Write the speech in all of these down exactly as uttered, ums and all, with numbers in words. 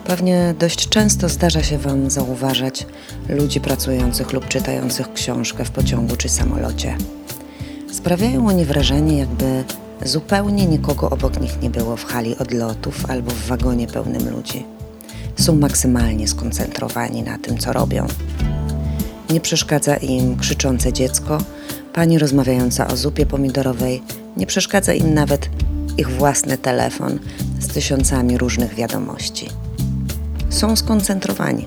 Pewnie dość często zdarza się Wam zauważać ludzi pracujących lub czytających książkę w pociągu czy samolocie. Sprawiają oni wrażenie, jakby zupełnie nikogo obok nich nie było w hali odlotów albo w wagonie pełnym ludzi. Są maksymalnie skoncentrowani na tym, co robią. Nie przeszkadza im krzyczące dziecko, pani rozmawiająca o zupie pomidorowej, nie przeszkadza im nawet ich własny telefon z tysiącami różnych wiadomości. Są skoncentrowani,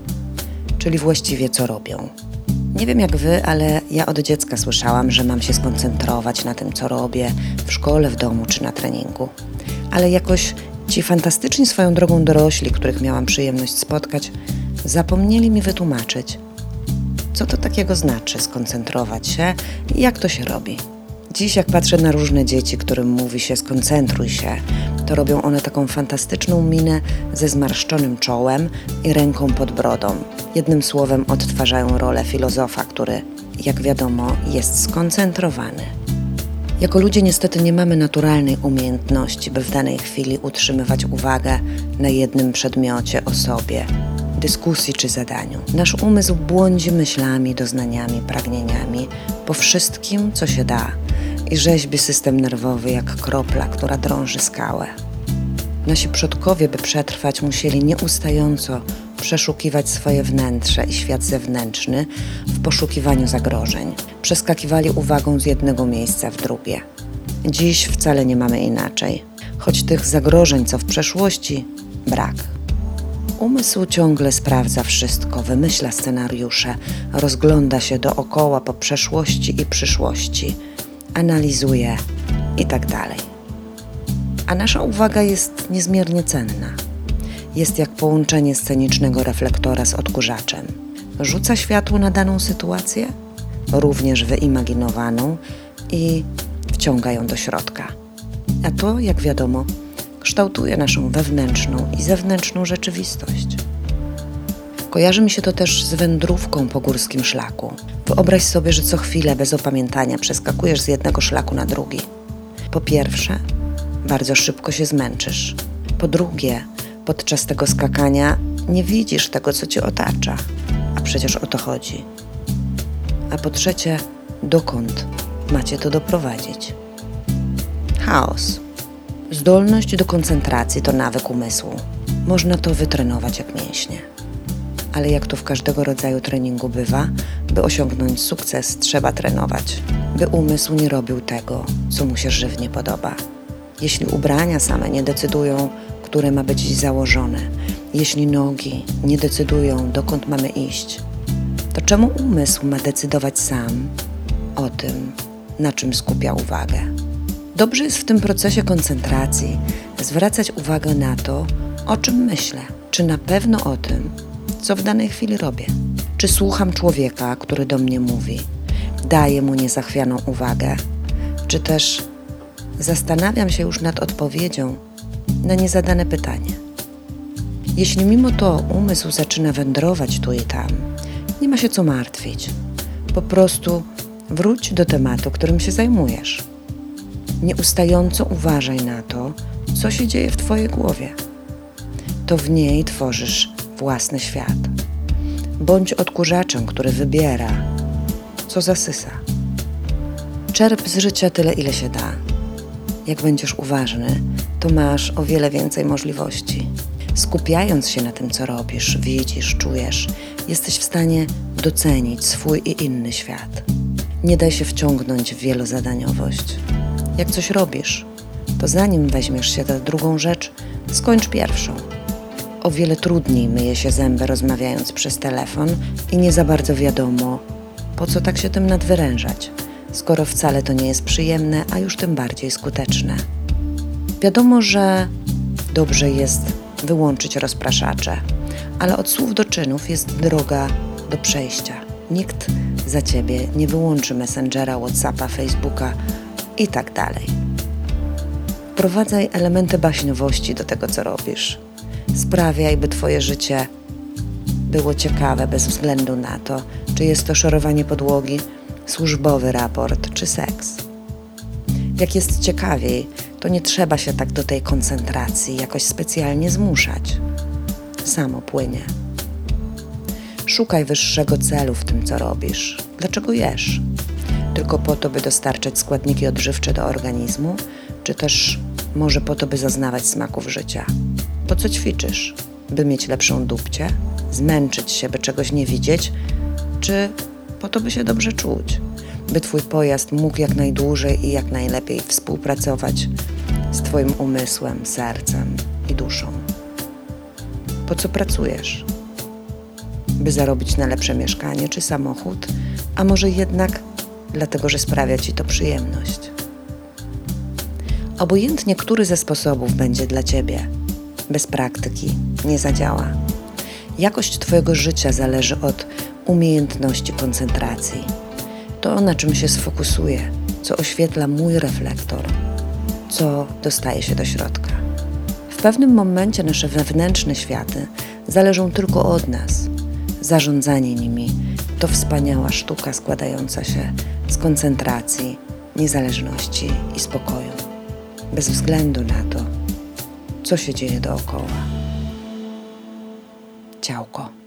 czyli właściwie co robią. Nie wiem jak wy, ale ja od dziecka słyszałam, że mam się skoncentrować na tym, co robię w szkole, w domu czy na treningu. Ale jakoś ci fantastyczni swoją drogą dorośli, których miałam przyjemność spotkać, zapomnieli mi wytłumaczyć, co to takiego znaczy skoncentrować się i jak to się robi. Dziś jak patrzę na różne dzieci, którym mówi się skoncentruj się, to robią one taką fantastyczną minę ze zmarszczonym czołem i ręką pod brodą. Jednym słowem odtwarzają rolę filozofa, który, jak wiadomo, jest skoncentrowany. Jako ludzie niestety nie mamy naturalnej umiejętności, by w danej chwili utrzymywać uwagę na jednym przedmiocie, osobie, dyskusji czy zadaniu. Nasz umysł błądzi myślami, doznaniami, pragnieniami po wszystkim, co się da i rzeźbi system nerwowy jak kropla, która drąży skałę. Nasi przodkowie, by przetrwać, musieli nieustająco przeszukiwać swoje wnętrze i świat zewnętrzny w poszukiwaniu zagrożeń. Przeskakiwali uwagą z jednego miejsca w drugie. Dziś wcale nie mamy inaczej, choć tych zagrożeń, co w przeszłości, brak. Umysł ciągle sprawdza wszystko, wymyśla scenariusze, rozgląda się dookoła po przeszłości i przyszłości, analizuje i tak dalej. A nasza uwaga jest niezmiernie cenna. Jest jak połączenie scenicznego reflektora z odkurzaczem. Rzuca światło na daną sytuację, również wyimaginowaną, i wciąga ją do środka. A to, jak wiadomo, kształtuje naszą wewnętrzną i zewnętrzną rzeczywistość. Kojarzy mi się to też z wędrówką po górskim szlaku. Wyobraź sobie, że co chwilę bez opamiętania przeskakujesz z jednego szlaku na drugi. Po pierwsze, bardzo szybko się zmęczysz. Po drugie, podczas tego skakania nie widzisz tego, co cię otacza, a przecież o to chodzi. A po trzecie, dokąd macie to doprowadzić? Chaos. Zdolność do koncentracji to nawyk umysłu. Można to wytrenować jak mięśnie. Ale jak to w każdego rodzaju treningu bywa, by osiągnąć sukces, trzeba trenować, by umysł nie robił tego, co mu się żywnie podoba. Jeśli ubrania same nie decydują, które ma być założone, jeśli nogi nie decydują, dokąd mamy iść, to czemu umysł ma decydować sam o tym, na czym skupia uwagę? Dobrze jest w tym procesie koncentracji zwracać uwagę na to, o czym myślę, czy na pewno o tym, co w danej chwili robię. Czy słucham człowieka, który do mnie mówi, daję mu niezachwianą uwagę, czy też zastanawiam się już nad odpowiedzią na niezadane pytanie. Jeśli mimo to umysł zaczyna wędrować tu i tam, nie ma się co martwić. Po prostu wróć do tematu, którym się zajmujesz. Nieustająco uważaj na to, co się dzieje w twojej głowie. To w niej tworzysz własny świat. Bądź odkurzaczem, który wybiera, co zasysa. Czerp z życia tyle, ile się da. Jak będziesz uważny, to masz o wiele więcej możliwości. Skupiając się na tym, co robisz, widzisz, czujesz, jesteś w stanie docenić swój i inny świat. Nie daj się wciągnąć w wielozadaniowość. Jak coś robisz, to zanim weźmiesz się za drugą rzecz, skończ pierwszą. O wiele trudniej myje się zęby rozmawiając przez telefon i nie za bardzo wiadomo, po co tak się tym nadwyrężać, skoro wcale to nie jest przyjemne, a już tym bardziej skuteczne. Wiadomo, że dobrze jest wyłączyć rozpraszacze, ale od słów do czynów jest droga do przejścia. Nikt za ciebie nie wyłączy Messengera, Whatsappa, Facebooka i tak dalej. Wprowadzaj elementy baśniowości do tego, co robisz. Sprawiaj, by twoje życie było ciekawe bez względu na to, czy jest to szorowanie podłogi, służbowy raport czy seks. Jak jest ciekawiej, to nie trzeba się tak do tej koncentracji jakoś specjalnie zmuszać. samo płynie. Szukaj wyższego celu w tym, co robisz. Dlaczego jesz? Tylko po to, by dostarczać składniki odżywcze do organizmu, czy też może po to, by zaznawać smaków życia? Po co ćwiczysz? By mieć lepszą dupcię? Zmęczyć się, by czegoś nie widzieć? Czy po to, by się dobrze czuć? By twój pojazd mógł jak najdłużej i jak najlepiej współpracować z twoim umysłem, sercem i duszą? Po co pracujesz? By zarobić na lepsze mieszkanie czy samochód, a może jednak dlatego, że sprawia ci to przyjemność. Obojętnie, który ze sposobów będzie dla ciebie, bez praktyki nie zadziała. Jakość twojego życia zależy od umiejętności koncentracji. To, na czym się sfokusuję, co oświetla mój reflektor, co dostaje się do środka. W pewnym momencie nasze wewnętrzne światy zależą tylko od nas. Zarządzanie nimi to wspaniała sztuka składająca się z koncentracji, niezależności i spokoju, bez względu na to, co się dzieje dookoła. Ciałko.